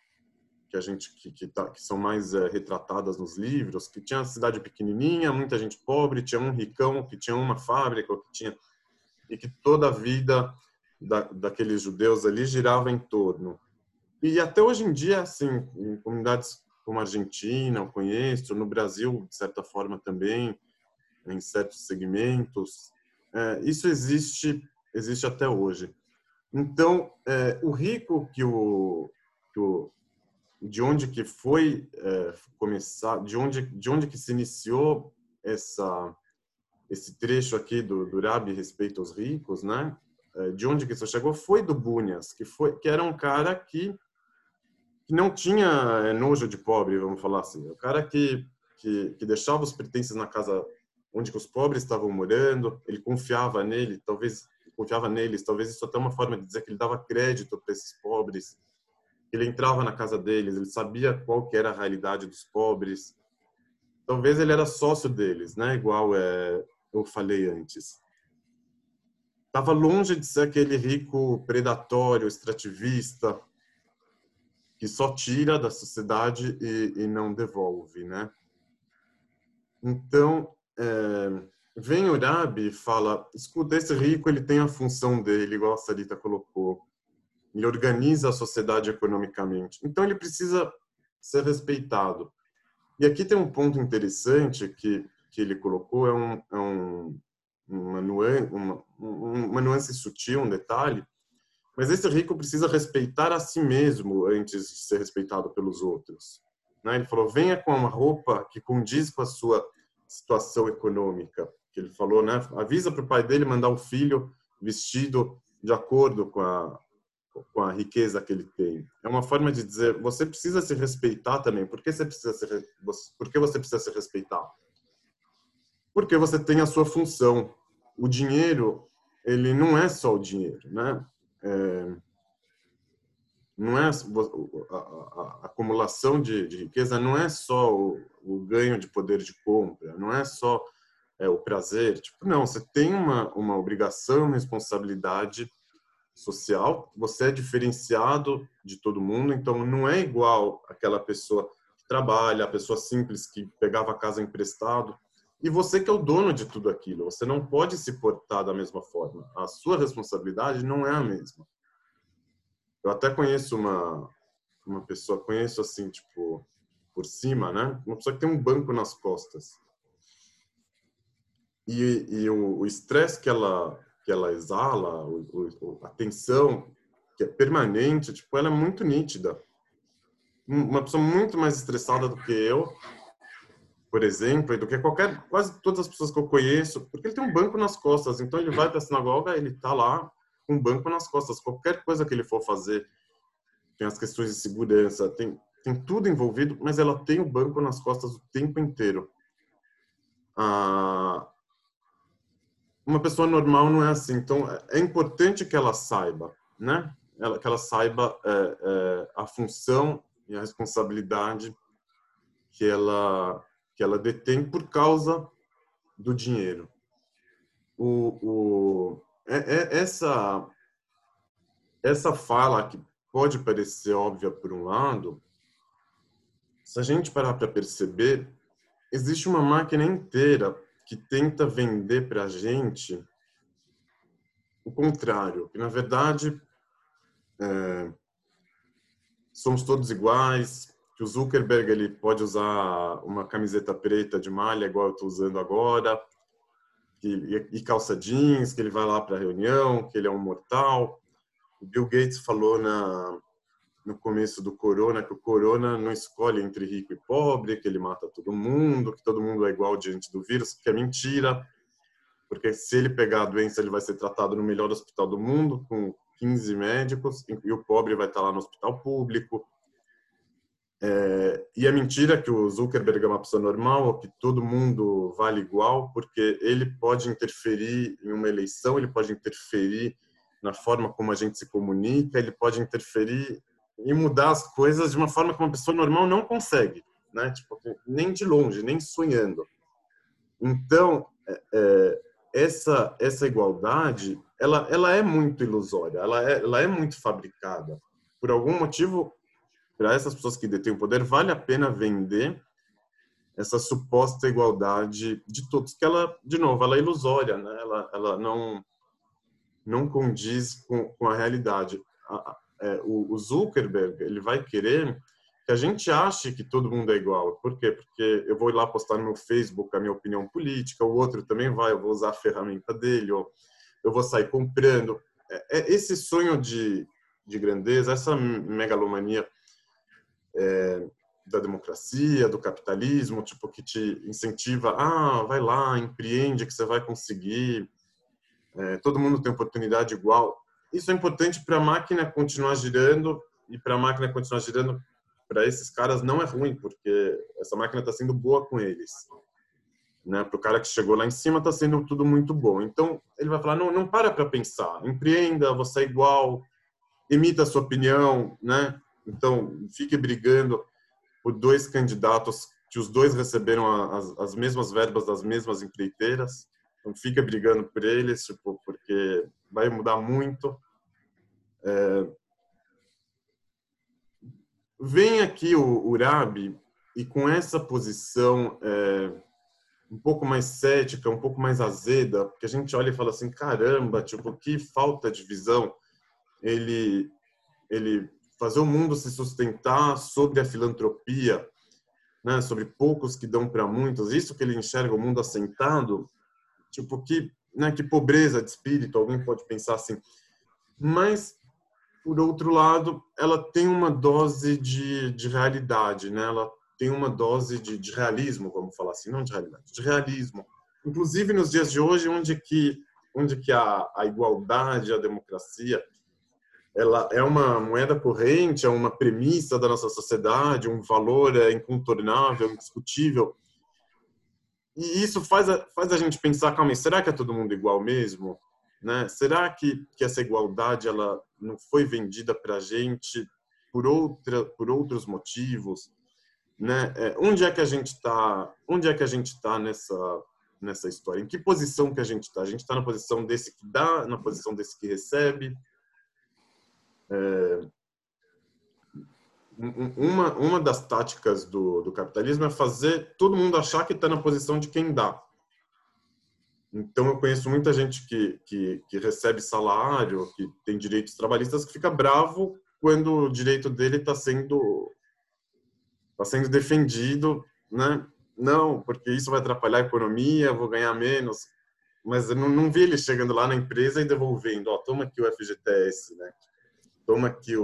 que são mais retratadas nos livros, que tinha uma cidade pequenininha, muita gente pobre, tinha um ricão que tinha uma fábrica, e que toda a vida daqueles judeus ali girava em torno. E até hoje em dia, assim, em comunidades como a Argentina, eu conheço, no Brasil, de certa forma também, em certos segmentos, isso existe até hoje. Então, o rico de onde que foi começar, de onde que se iniciou esse trecho aqui do Rabi respeito aos ricos, né? De onde que isso chegou foi do Bunhas, que era um cara que não tinha nojo de pobre, vamos falar assim. O cara que deixava os pertences na casa onde que os pobres estavam morando, ele confiava neles, talvez isso até é uma forma de dizer que ele dava crédito para esses pobres. Ele entrava na casa deles, ele sabia qual que era a realidade dos pobres. Talvez ele era sócio deles, né? Igual eu falei antes. Estava longe de ser aquele rico predatório, extrativista, que só tira da sociedade e não devolve, né? Então, vem o Rabi e fala, escuta, esse rico ele tem a função dele, igual a Sarita colocou. Ele organiza a sociedade economicamente. Então, ele precisa ser respeitado. E aqui tem um ponto interessante que ele colocou, uma nuance sutil, um detalhe, mas esse rico precisa respeitar a si mesmo antes de ser respeitado pelos outros. Ele falou, venha com uma roupa que condiz com a sua situação econômica. Que ele falou, né? Avisa para o pai dele mandar um filho vestido de acordo com a riqueza que ele tem. É uma forma de dizer, você precisa se respeitar também. Por que você precisa se respeitar? Porque você tem a sua função. O dinheiro, ele não é só o dinheiro, né? Não é a acumulação de riqueza não é só o ganho de poder de compra, não é só o prazer. Tipo, não, você tem uma obrigação, uma responsabilidade social, você é diferenciado de todo mundo, então não é igual aquela pessoa que trabalha, a pessoa simples que pegava a casa emprestado, e você que é o dono de tudo aquilo, você não pode se portar da mesma forma. A sua responsabilidade não é a mesma. Eu até conheço uma pessoa, conheço assim, tipo, por cima, né? Uma pessoa que tem um banco nas costas. E o estresse que ela exala, a tensão que é permanente, tipo, ela é muito nítida. Uma pessoa muito mais estressada do que eu, por exemplo, e do que quase todas as pessoas que eu conheço, porque ele tem um banco nas costas, então ele vai para a sinagoga, ele está lá com um banco nas costas. Qualquer coisa que ele for fazer, tem as questões de segurança, tem tudo envolvido, mas ela tem o banco nas costas o tempo inteiro. Uma pessoa normal não é assim, então é importante que ela saiba, né? Que ela saiba a função e a responsabilidade que ela detém por causa do dinheiro. Essa fala que pode parecer óbvia por um lado, se a gente parar para perceber, existe uma máquina inteira que tenta vender para a gente o contrário, que na verdade somos todos iguais, que o Zuckerberg ele pode usar uma camiseta preta de malha igual eu estou usando agora, e calça jeans, que ele vai lá para a reunião, que ele é um mortal. O Bill Gates falou no começo do corona que o corona não escolhe entre rico e pobre, que ele mata todo mundo, que todo mundo é igual diante do vírus, que é mentira, porque se ele pegar a doença ele vai ser tratado no melhor hospital do mundo, com 15 médicos, e o pobre vai estar lá no hospital público. E é mentira que o Zuckerberg é uma pessoa normal, ou que todo mundo vale igual, porque ele pode interferir em uma eleição, ele pode interferir na forma como a gente se comunica, ele pode interferir e mudar as coisas de uma forma que uma pessoa normal não consegue, né? Tipo, nem de longe, nem sonhando. Então, essa igualdade, ela é muito ilusória, ela é muito fabricada. Por algum motivo, para essas pessoas que detêm o poder, vale a pena vender essa suposta igualdade de todos, que ela, de novo, ela é ilusória, né? Ela não condiz com a realidade. O Zuckerberg, ele vai querer que a gente ache que todo mundo é igual. Por quê? Porque eu vou ir lá postar no meu Facebook a minha opinião política, o outro também vai, eu vou usar a ferramenta dele, ou eu vou sair comprando. Esse sonho de grandeza, essa megalomania da democracia, do capitalismo, tipo, que te incentiva, vai lá, empreende que você vai conseguir, todo mundo tem oportunidade igual. Isso é importante para a máquina continuar girando, e para a máquina continuar girando, para esses caras não é ruim, porque essa máquina está sendo boa com eles. Né? Para o cara que chegou lá em cima está sendo tudo muito bom. Então, ele vai falar, não para pensar, empreenda, você é igual, emita a sua opinião, né? Então, fique brigando por dois candidatos que os dois receberam as mesmas verbas das mesmas empreiteiras. Então, fica brigando por eles, tipo, porque vai mudar muito. Vem aqui o Urabi, e com essa posição um pouco mais cética, um pouco mais azeda, porque a gente olha e fala assim, caramba, tipo, que falta de visão. Ele fazer o mundo se sustentar sobre a filantropia, né, sobre poucos que dão para muitos, isso que ele enxerga o mundo assentado, tipo, que pobreza de espírito, alguém pode pensar assim. Mas, por outro lado, ela tem uma dose de realidade, né? Ela tem uma dose de realismo, vamos falar assim, não de realidade, de realismo. Inclusive nos dias de hoje, onde que a igualdade, a democracia, ela é uma moeda corrente, é uma premissa da nossa sociedade, um valor incontornável, indiscutível. E isso faz a gente pensar, calma aí, será que é todo mundo igual mesmo? Né? Será que essa igualdade ela não foi vendida para a gente por outros motivos? Né? Onde é que a gente está? Onde é que a gente está nessa história? Em que posição que a gente está? A gente está na posição desse que dá, na posição desse que recebe? Uma das táticas do capitalismo é fazer todo mundo achar que está na posição de quem dá. Então, eu conheço muita gente que recebe salário, que tem direitos trabalhistas, que fica bravo quando o direito dele está sendo defendido, né? Não, porque isso vai atrapalhar a economia, eu vou ganhar menos. mas eu não vi ele chegando lá na empresa e devolvendo, ó, toma aqui o FGTS, né? Toma aqui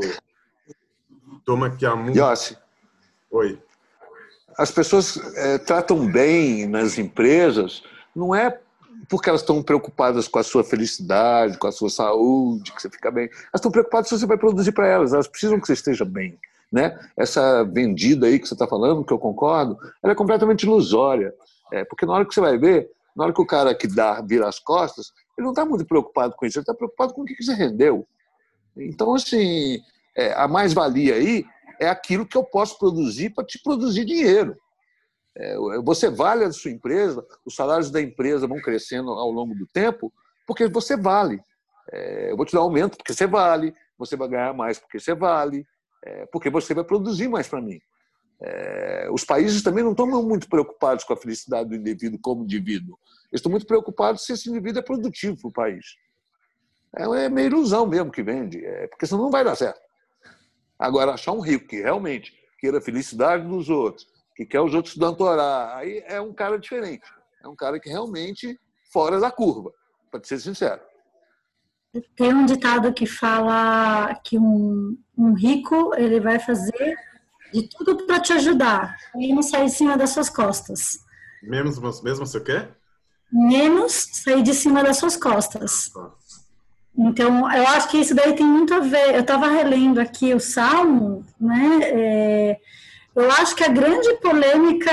a multa. Yossi, Oi. as pessoas tratam bem nas empresas, não é porque elas estão preocupadas com a sua felicidade, com a sua saúde, que você fica bem. Elas estão preocupadas se você vai produzir para elas precisam que você esteja bem. Né? Essa vendida aí que você está falando, que eu concordo, ela é completamente ilusória. Porque na hora que você vai ver, na hora que o cara que dá vira as costas, ele não está muito preocupado com isso, ele está preocupado com o que você rendeu. Então, assim, a mais-valia aí é aquilo que eu posso produzir para te produzir dinheiro. Você vale a sua empresa, os salários da empresa vão crescendo ao longo do tempo, porque você vale. Eu vou te dar aumento porque você vale, você vai ganhar mais porque você vale, porque você vai produzir mais para mim. Os países também não estão muito preocupados com a felicidade do indivíduo como indivíduo. Eles estão muito preocupados se esse indivíduo é produtivo para o país. É meio ilusão mesmo que vende, porque senão não vai dar certo. Agora, achar um rico que realmente queira a felicidade dos outros, que quer os outros estudando Torá, aí é um cara diferente. É um cara que realmente fora da curva, para ser sincero. Tem um ditado que fala que um rico ele vai fazer de tudo para te ajudar e não sair de cima das suas costas. Mesmo se o quê? Menos sair de cima das suas costas. Então, eu acho que isso daí tem muito a ver. Eu estava relendo aqui o Salmo, né? Eu acho que a grande polêmica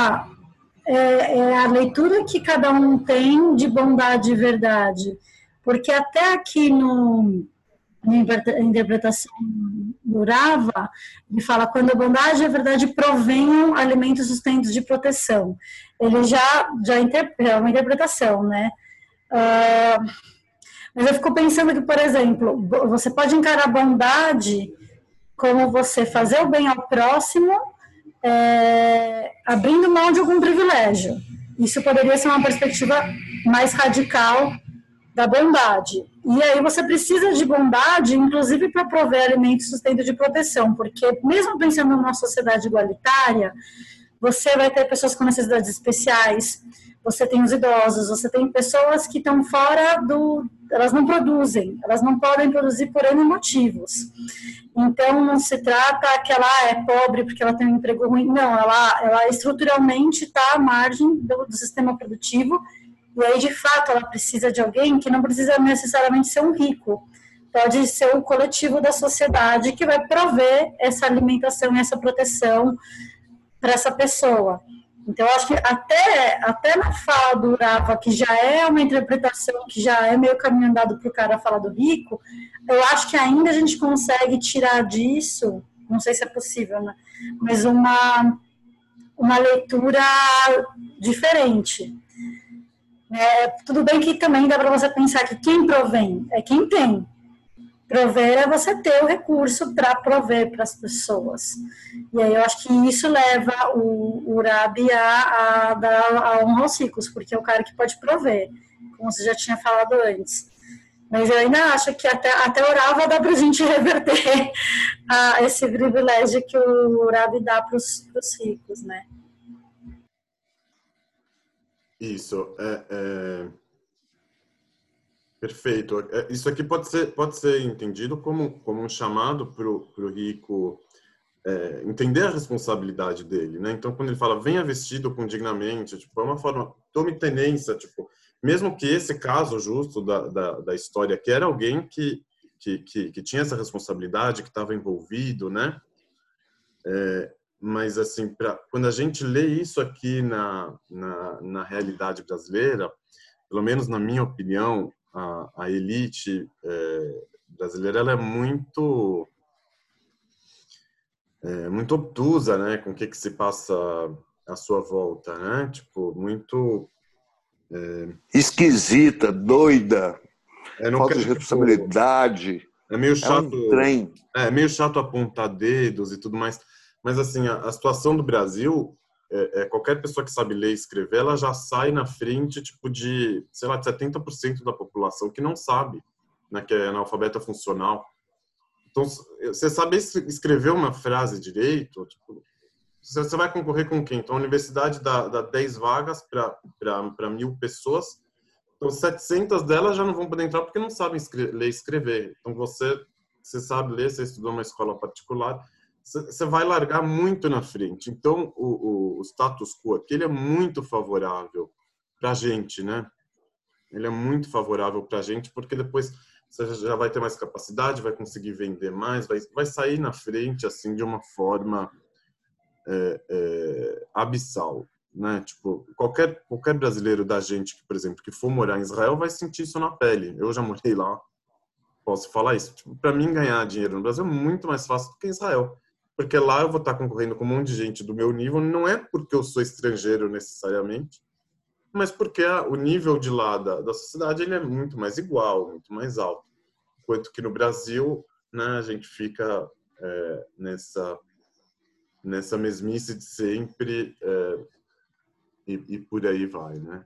é a leitura que cada um tem de bondade e verdade. Porque até aqui na interpretação do Rava, ele fala quando a bondade e a verdade provenham alimentos sustentos de proteção. Ele já é uma interpretação, né? Mas eu fico pensando que, por exemplo, você pode encarar a bondade como você fazer o bem ao próximo, abrindo mão de algum privilégio. Isso poderia ser uma perspectiva mais radical da bondade. E aí você precisa de bondade, inclusive para prover alimentos e sustento de proteção, porque mesmo pensando numa sociedade igualitária, você vai ter pessoas com necessidades especiais, você tem os idosos, você tem pessoas que estão fora elas não produzem, elas não podem produzir por N motivos. Então, não se trata que ela é pobre porque ela tem um emprego ruim, não, ela estruturalmente está à margem do sistema produtivo, e aí, de fato, ela precisa de alguém que não precisa necessariamente ser um rico, pode ser o coletivo da sociedade que vai prover essa alimentação e essa proteção para essa pessoa. Então, eu acho que até na fala do Rava, que já é uma interpretação, que já é meio caminho andado para o cara falar do rico, eu acho que ainda a gente consegue tirar disso, não sei se é possível, né? Mas uma leitura diferente. Tudo bem que também dá para você pensar que quem provém é quem tem. Prover é você ter o recurso para prover para as pessoas. E aí eu acho que isso leva o Rabi a dar a honra aos ricos, porque é o cara que pode prover, como você já tinha falado antes. Mas eu ainda acho que até o Rava dá para a gente reverter esse privilégio que o Rabi dá para os ricos, né? Isso, perfeito. Isso aqui pode ser entendido como um chamado para o rico entender a responsabilidade dele, né? Então, quando ele fala, venha vestido com dignamente, tipo, é uma forma, tome tenência, tipo, mesmo que esse caso justo da história, que era alguém que tinha essa responsabilidade, que estava envolvido, né? Mas, assim, quando a gente lê isso aqui na realidade brasileira, pelo menos na minha opinião, a elite brasileira ela é muito obtusa, né, com o que se passa à sua volta, né? Tipo, muito esquisita, doida, falta de responsabilidade. É meio chato. Um trem. É meio chato apontar dedos e tudo mais. Mas, assim, a situação do Brasil, qualquer pessoa que sabe ler e escrever, ela já sai na frente, tipo, de, sei lá, de 70% da população que não sabe, né, que é analfabeta funcional. Então, você saber escrever uma frase direito, tipo, você vai concorrer com quem? Então, a universidade dá 10 vagas para 1.000 pessoas. Então, 700 delas já não vão poder entrar porque não sabem ler e escrever. Então, você sabe ler, você estudou uma escola particular, você vai largar muito na frente. Então, o status quo aqui, ele é muito favorável para a gente, né? Ele é muito favorável para a gente, porque depois você já vai ter mais capacidade, vai conseguir vender mais, vai sair na frente, assim, de uma forma abissal, né? Tipo, qualquer brasileiro da gente, que, por exemplo, que for morar em Israel, vai sentir isso na pele. Eu já morei lá, posso falar isso. Tipo, para mim, ganhar dinheiro no Brasil é muito mais fácil do que em Israel. Porque lá eu vou estar concorrendo com um monte de gente do meu nível, não é porque eu sou estrangeiro necessariamente, mas porque o nível de lá da sociedade ele é muito mais igual, muito mais alto. Enquanto que no Brasil, né, a gente fica nessa mesmice de sempre e por aí vai, né?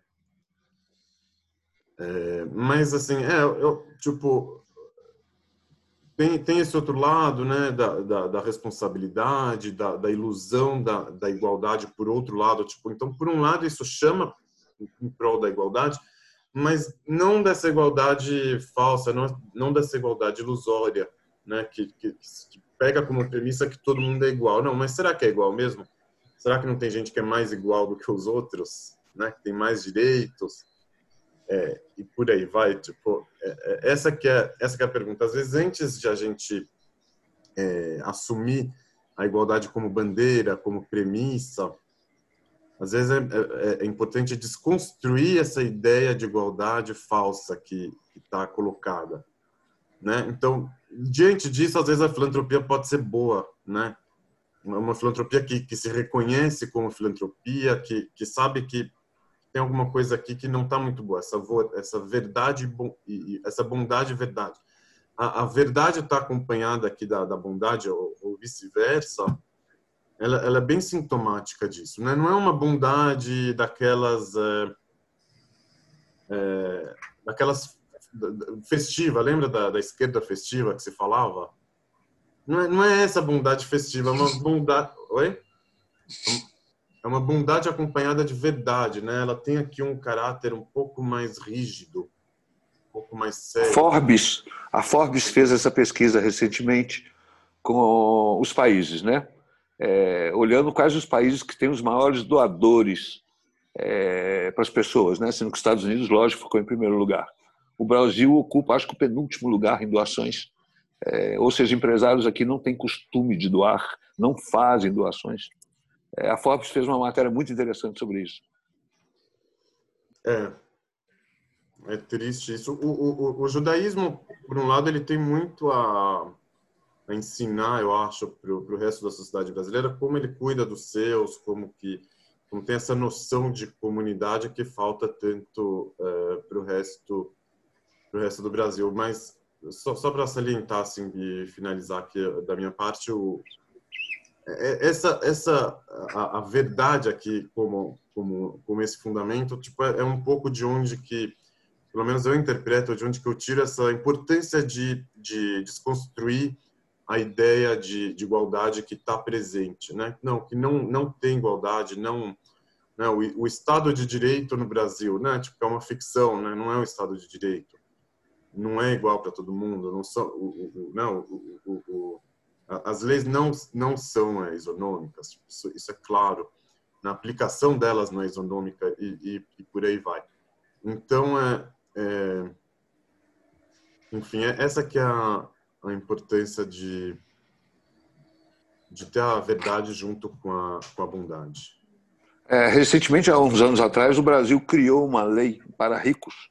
Mas assim, tipo, tem esse outro lado, né, da responsabilidade, da ilusão da igualdade por outro lado. Tipo, então, por um lado, isso chama em prol da igualdade, mas não dessa igualdade falsa, não dessa igualdade ilusória, né, que pega como premissa que todo mundo é igual. Não, mas será que é igual mesmo? Será que não tem gente que é mais igual do que os outros, né, que tem mais direitos? E por aí vai, tipo, essa que é a pergunta. Às vezes, antes de a gente assumir a igualdade como bandeira, como premissa, às vezes é importante desconstruir essa ideia de igualdade falsa que está colocada, né? Então, diante disso, às vezes a filantropia pode ser boa, né? Uma filantropia que se reconhece como filantropia, que sabe que tem alguma coisa aqui que não está muito boa, essa verdade e essa bondade e verdade. A verdade está acompanhada aqui da bondade ou vice-versa. Ela é bem sintomática disso, né? Não é uma bondade daquelas festiva, lembra da esquerda festiva que se falava? Não é essa bondade festiva, é uma bondade... Oi? É uma bondade acompanhada de verdade, né? Ela tem aqui um caráter um pouco mais rígido, um pouco mais sério. A Forbes fez essa pesquisa recentemente com os países, né? Olhando quais os países que têm os maiores doadores para as pessoas, né? Sendo que os Estados Unidos, lógico, ficou em primeiro lugar. O Brasil ocupa, acho que, o penúltimo lugar em doações. Ou seja, empresários aqui não têm costume de doar, não fazem doações. A Forbes fez uma matéria muito interessante sobre isso. É triste isso. O judaísmo, por um lado, ele tem muito a ensinar, eu acho, para o resto da sociedade brasileira como ele cuida dos seus, como tem essa noção de comunidade que falta tanto para o resto do Brasil. Mas só para salientar assim, e finalizar aqui da minha parte, a verdade aqui como esse fundamento, tipo, é um pouco de onde que, pelo menos eu interpreto, de onde que eu tiro essa importância de desconstruir a ideia de igualdade que está presente, né? Que não tem igualdade, não, o Estado de Direito no Brasil, né? Tipo, é uma ficção, né? Não é um Estado de Direito, não é igual para todo mundo, não são, as leis não são isonômicas, isso é claro. Na aplicação delas não é isonômica e por aí vai. Então, enfim, essa que é a importância de ter a verdade junto com a bondade. Recentemente, há uns anos atrás, o Brasil criou uma lei para ricos